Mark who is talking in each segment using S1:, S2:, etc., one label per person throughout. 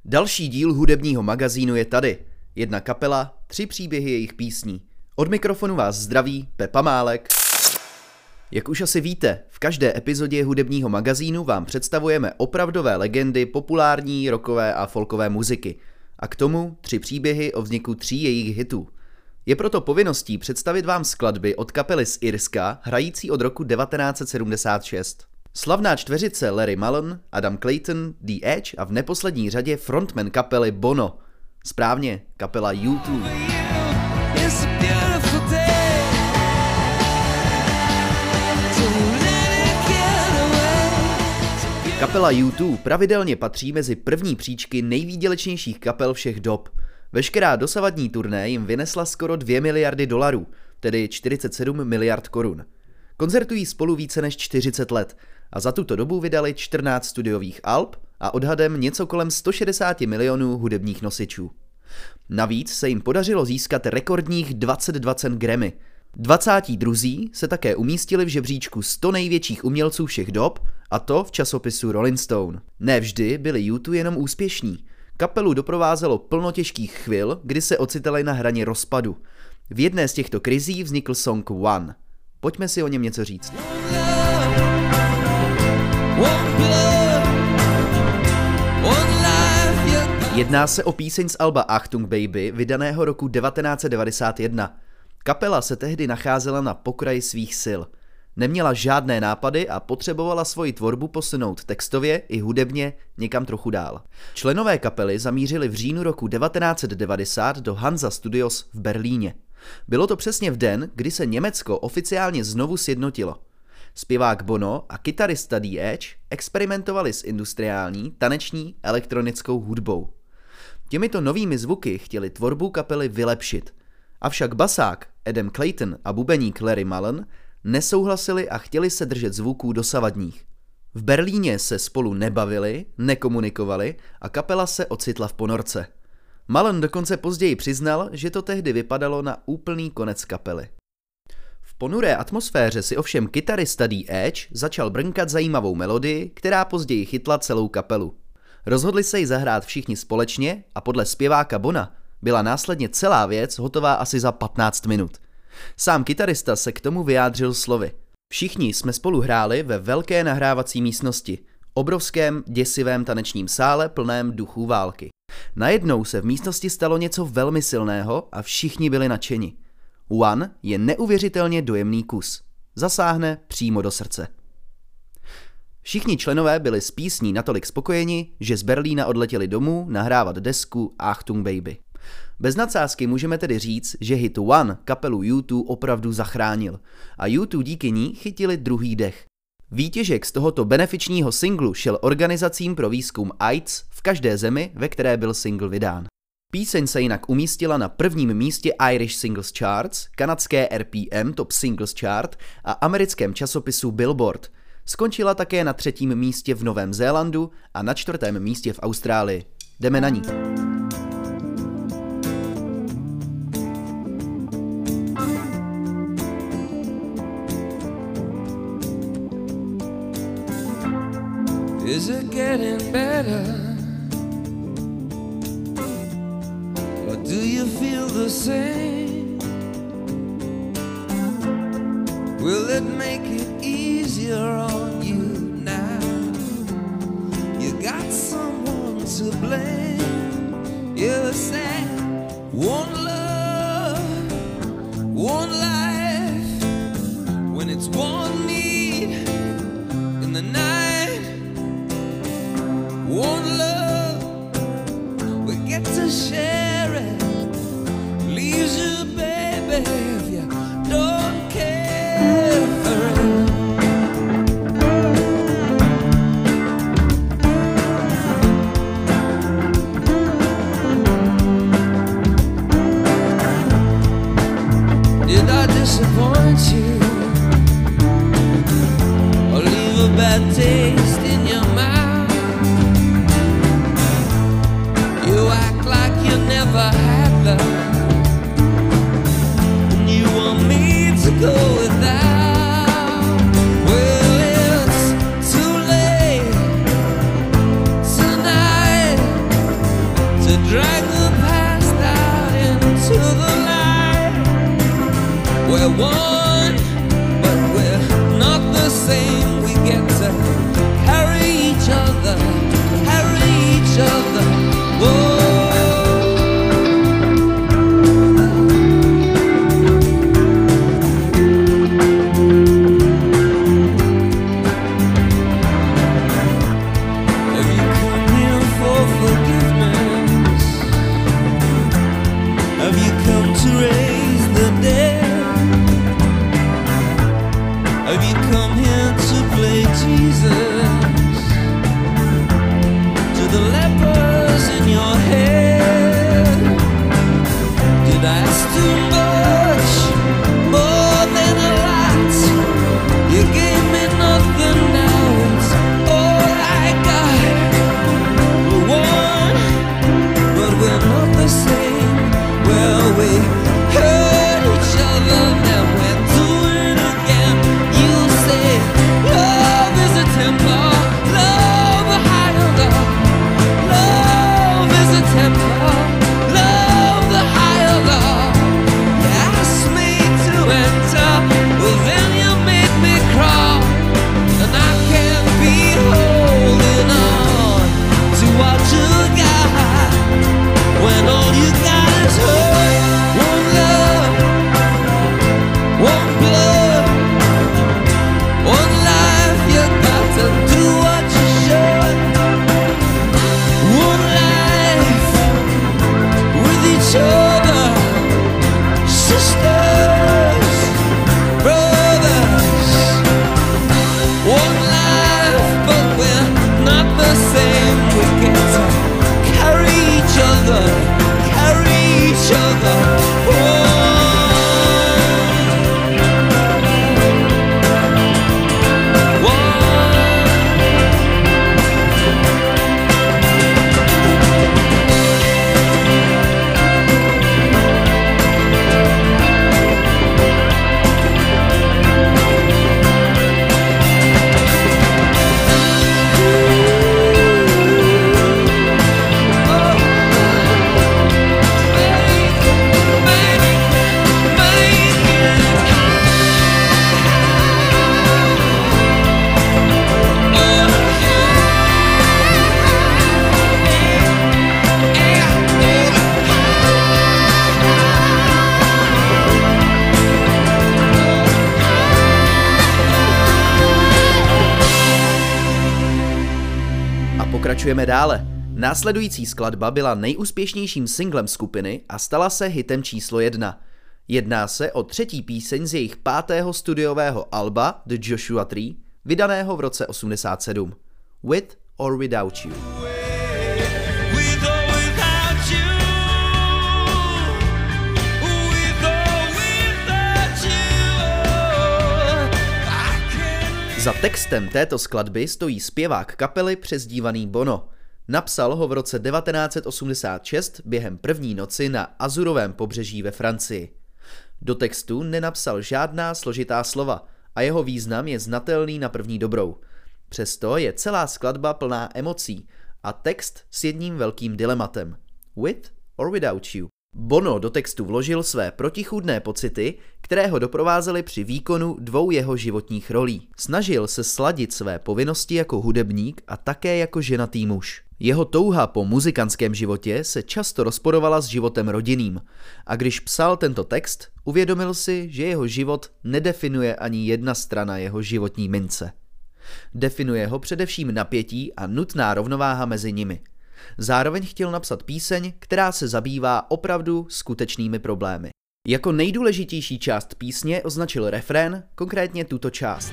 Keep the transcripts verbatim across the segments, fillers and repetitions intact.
S1: Další díl hudebního magazínu je tady. Jedna kapela, tři příběhy jejich písní. Od mikrofonu vás zdraví Pepa Málek. Jak už asi víte, v každé epizodě hudebního magazínu vám představujeme opravdové legendy populární, rockové a folkové muziky. A k tomu tři příběhy o vzniku tří jejich hitů. Je proto povinností představit vám skladby od kapely z Irska, hrající od roku devatenáct set sedmdesát šest. Slavná čtveřice Larry Mullen, Adam Clayton, The Edge a v neposlední řadě frontman kapely Bono. Správně, kapela U dva. Kapela U dva pravidelně patří mezi první příčky nejvýdělečnějších kapel všech dob. Veškerá dosavadní turné jim vynesla skoro dvě miliardy dolarů, tedy čtyřicet sedm miliard korun. Koncertují spolu více než čtyřicet let a za tuto dobu vydali čtrnáct studiových alb a odhadem něco kolem sto šedesát milionů hudebních nosičů. Navíc se jim podařilo získat rekordních dvacet dva cen Grammy. dvacátí druzí se také umístili v žebříčku sto největších umělců všech dob, a to v časopisu Rolling Stone. Ne vždy byli U dva jenom úspěšní. Kapelu doprovázelo plno těžkých chvil, kdy se ocitali na hraně rozpadu. V jedné z těchto krizí vznikl song One. Pojďme si o něm něco říct. Jedná se o píseň z alba Achtung Baby, vydaného roku devatenáct set devadesát jedna. Kapela se tehdy nacházela na pokraji svých sil. Neměla žádné nápady a potřebovala svoji tvorbu posunout textově i hudebně někam trochu dál. Členové kapely zamířili v říjnu roku devatenáct set devadesát do Hansa Studios v Berlíně. Bylo to přesně v den, kdy se Německo oficiálně znovu sjednotilo. Zpěvák Bono a kytarista The Edge experimentovali s industriální, taneční, elektronickou hudbou. Těmito novými zvuky chtěli tvorbu kapely vylepšit. Avšak basák Adam Clayton a bubeník Larry Mullen nesouhlasili a chtěli se držet zvuků dosavadních. V Berlíně se spolu nebavili, nekomunikovali a kapela se ocitla v ponorce. Mullen dokonce později přiznal, že to tehdy vypadalo na úplný konec kapely. V ponuré atmosféře si ovšem kytarista The Edge začal brnkat zajímavou melodii, která později chytla celou kapelu. Rozhodli se ji zahrát všichni společně a podle zpěváka Bona byla následně celá věc hotová asi za patnáct minut. Sám kytarista se k tomu vyjádřil slovy. Všichni jsme spolu hráli ve velké nahrávací místnosti, obrovském děsivém tanečním sále plném duchů války. Najednou se v místnosti stalo něco velmi silného a všichni byli nadšeni. One je neuvěřitelně dojemný kus. Zasáhne přímo do srdce. Všichni členové byli s písní natolik spokojeni, že z Berlína odletěli domů nahrávat desku Achtung Baby. Bez nadsázky můžeme tedy říct, že hit One kapelu U dva opravdu zachránil a U dva díky ní chytili druhý dech. Výtěžek z tohoto benefičního singlu šel organizacím pro výzkum AIDS v každé zemi, ve které byl single vydán. Píseň se jinak umístila na prvním místě Irish Singles Charts, kanadské R P M Top Singles Chart a americkém časopisu Billboard. Skončila také na třetím místě v Novém Zélandu a na čtvrtém místě v Austrálii. Jdeme na ní.
S2: Is it getting better? Or do you feel the same? Will it make it easier on you now? You got someone to blame. You say one love, one life. When it's one need in the night, one love, we get to share it. Leaves you, baby, if you don't care for it. Did I disappoint you or leave a bad taste? drag the past out into the light. We're one, but we're not the same. We get to carry each other, carry each other. Whoa.
S1: Pokračujeme dále. Následující skladba byla nejúspěšnějším singlem skupiny a stala se hitem číslo jedna. Jedná se o třetí píseň z jejich pátého studiového alba The Joshua Tree, vydaného v roce osmdesát sedm. With or Without You. Za textem této skladby stojí zpěvák kapely přezdívaný Bono. Napsal ho v roce devatenáct set osmdesát šest během první noci na Azurovém pobřeží ve Francii. Do textu nenapsal žádná složitá slova a jeho význam je znatelný na první dobrou. Přesto je celá skladba plná emocí a text s jedním velkým dilematem. With or Without You. Bono do textu vložil své protichůdné pocity, které ho doprovázely při výkonu dvou jeho životních rolí. Snažil se sladit své povinnosti jako hudebník a také jako ženatý muž. Jeho touha po muzikantském životě se často rozporovala s životem rodinným a když psal tento text, uvědomil si, že jeho život nedefinuje ani jedna strana jeho životní mince. Definuje ho především napětí a nutná rovnováha mezi nimi. Zároveň chtěl napsat píseň, která se zabývá opravdu skutečnými problémy. Jako nejdůležitější část písně označil refrén, konkrétně tuto část.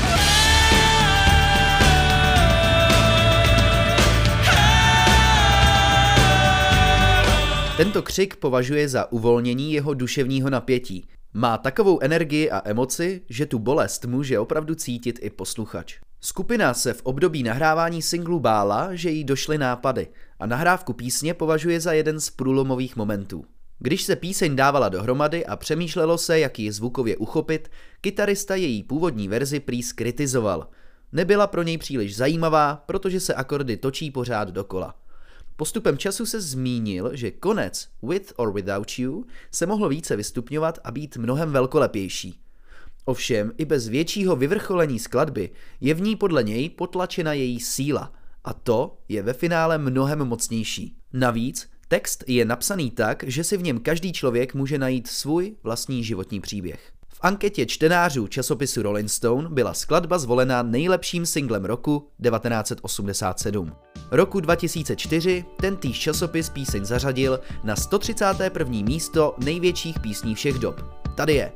S1: Tento křik považuje za uvolnění jeho duševního napětí. Má takovou energii a emoci, že tu bolest může opravdu cítit i posluchač. Skupina se v období nahrávání singlu bála, že jí došly nápady a nahrávku písně považuje za jeden z průlomových momentů. Když se píseň dávala dohromady a přemýšlelo se, jak ji zvukově uchopit, kytarista její původní verzi prý zkritizoval. Nebyla pro něj příliš zajímavá, protože se akordy točí pořád dokola. Postupem času se zmínil, že konec With or Without You se mohl více vystupňovat a být mnohem velkolepější. Ovšem, i bez většího vyvrcholení skladby je v ní podle něj potlačena její síla a to je ve finále mnohem mocnější. Navíc, text je napsaný tak, že si v něm každý člověk může najít svůj vlastní životní příběh. V anketě čtenářů časopisu Rolling Stone byla skladba zvolena nejlepším singlem roku devatenáct set osmdesát sedm. Roku dva tisíce čtyři tentýž časopis píseň zařadil na sto třicáté první místo největších písní všech dob. Tady je.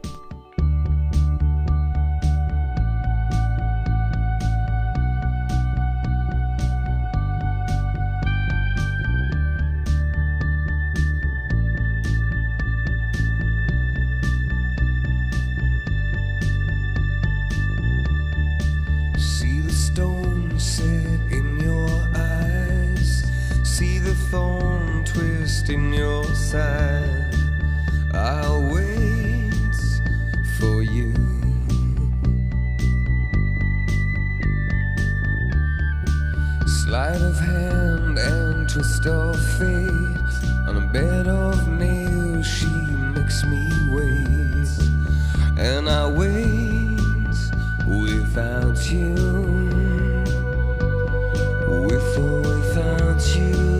S2: In your side, I'll wait for you. Sleight of hand and twist of fate, on a bed of nails she makes me wait, and I wait without you, with or without you.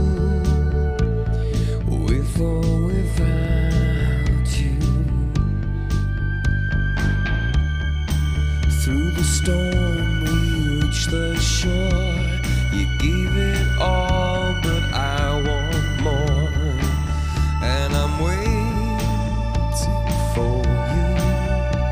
S2: Storm, we reach the shore. You gave it all, but I want more. And I'm waiting for you.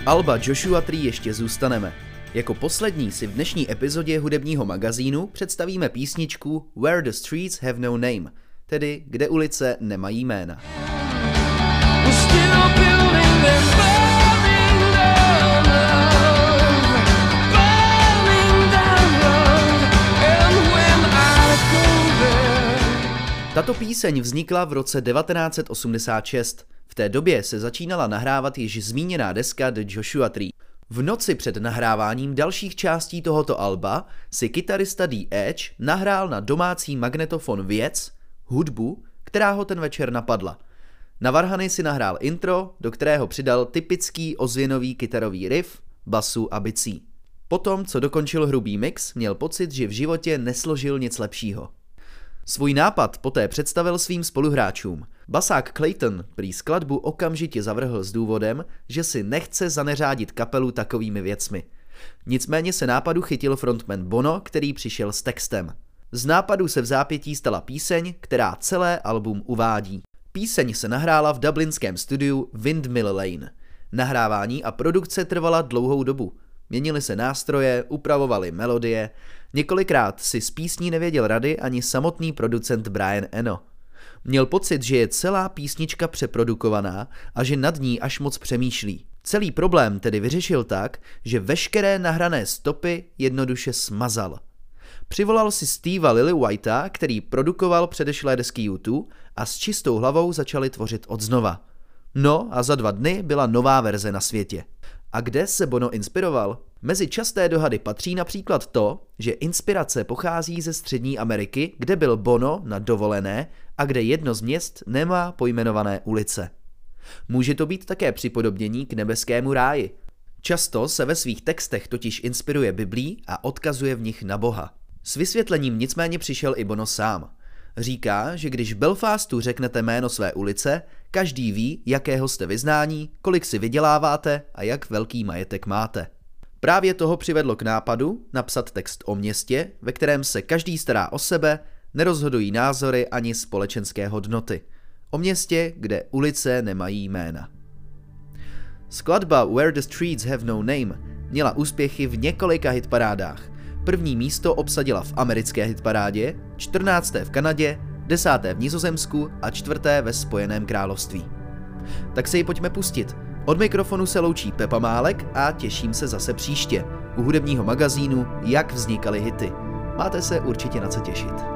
S1: alba Joshua Tree ještě zůstaneme. Jako poslední si v dnešní epizodě hudebního magazínu představíme písničku Where the Streets Have No Name, tedy Kde ulice nemají jména. Tato píseň vznikla v roce devatenáct set osmdesát šest. V té době se začínala nahrávat již zmíněná deska The Joshua Tree. V noci před nahráváním dalších částí tohoto alba si kytarista The Edge nahrál na domácí magnetofon věc, hudbu, která ho ten večer napadla. Na varhany si nahrál intro, do kterého přidal typický ozvěnový kytarový riff, basu a bicí. Potom, co dokončil hrubý mix, měl pocit, že v životě nesložil nic lepšího. Svůj nápad poté představil svým spoluhráčům. Basák Clayton prý skladbu okamžitě zavrhl s důvodem, že si nechce zaneřádit kapelu takovými věcmi. Nicméně se nápadu chytil frontman Bono, který přišel s textem. Z nápadu se v zápětí stala píseň, která celé album uvádí. Píseň se nahrála v dublinském studiu Windmill Lane. Nahrávání a produkce trvala dlouhou dobu. Měnily se nástroje, upravovaly melodie. Několikrát si z písní nevěděl rady ani samotný producent Brian Eno. Měl pocit, že je celá písnička přeprodukovaná a že nad ní až moc přemýšlí. Celý problém tedy vyřešil tak, že veškeré nahrané stopy jednoduše smazal. Přivolal si Stevea Lillywhitea, který produkoval předešlé desky U dva, a s čistou hlavou začali tvořit odznova. No a za dva dny byla nová verze na světě. A kde se Bono inspiroval? Mezi časté dohady patří například to, že inspirace pochází ze Střední Ameriky, kde byl Bono na dovolené a kde jedno z měst nemá pojmenované ulice. Může to být také připodobnění k nebeskému ráji. Často se ve svých textech totiž inspiruje Biblí a odkazuje v nich na Boha. S vysvětlením nicméně přišel i Bono sám. Říká, že když v Belfastu řeknete jméno své ulice, každý ví, jakého jste vyznání, kolik si vyděláváte a jak velký majetek máte. Právě toho přivedlo k nápadu napsat text o městě, ve kterém se každý stará o sebe, nerozhodují názory ani společenské hodnoty. O městě, kde ulice nemají jména. Skladba Where the Streets Have No Name měla úspěchy v několika hitparádách. První místo obsadila v americké hitparádě, čtrnácté v Kanadě, desáté v Nizozemsku a čtvrté ve Spojeném království. Tak se ji pojďme pustit. Od mikrofonu se loučí Pepa Málek a těším se zase příště u hudebního magazínu Jak vznikaly hity. Máte se určitě na co těšit.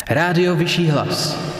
S3: Rádio Vyšší hlas.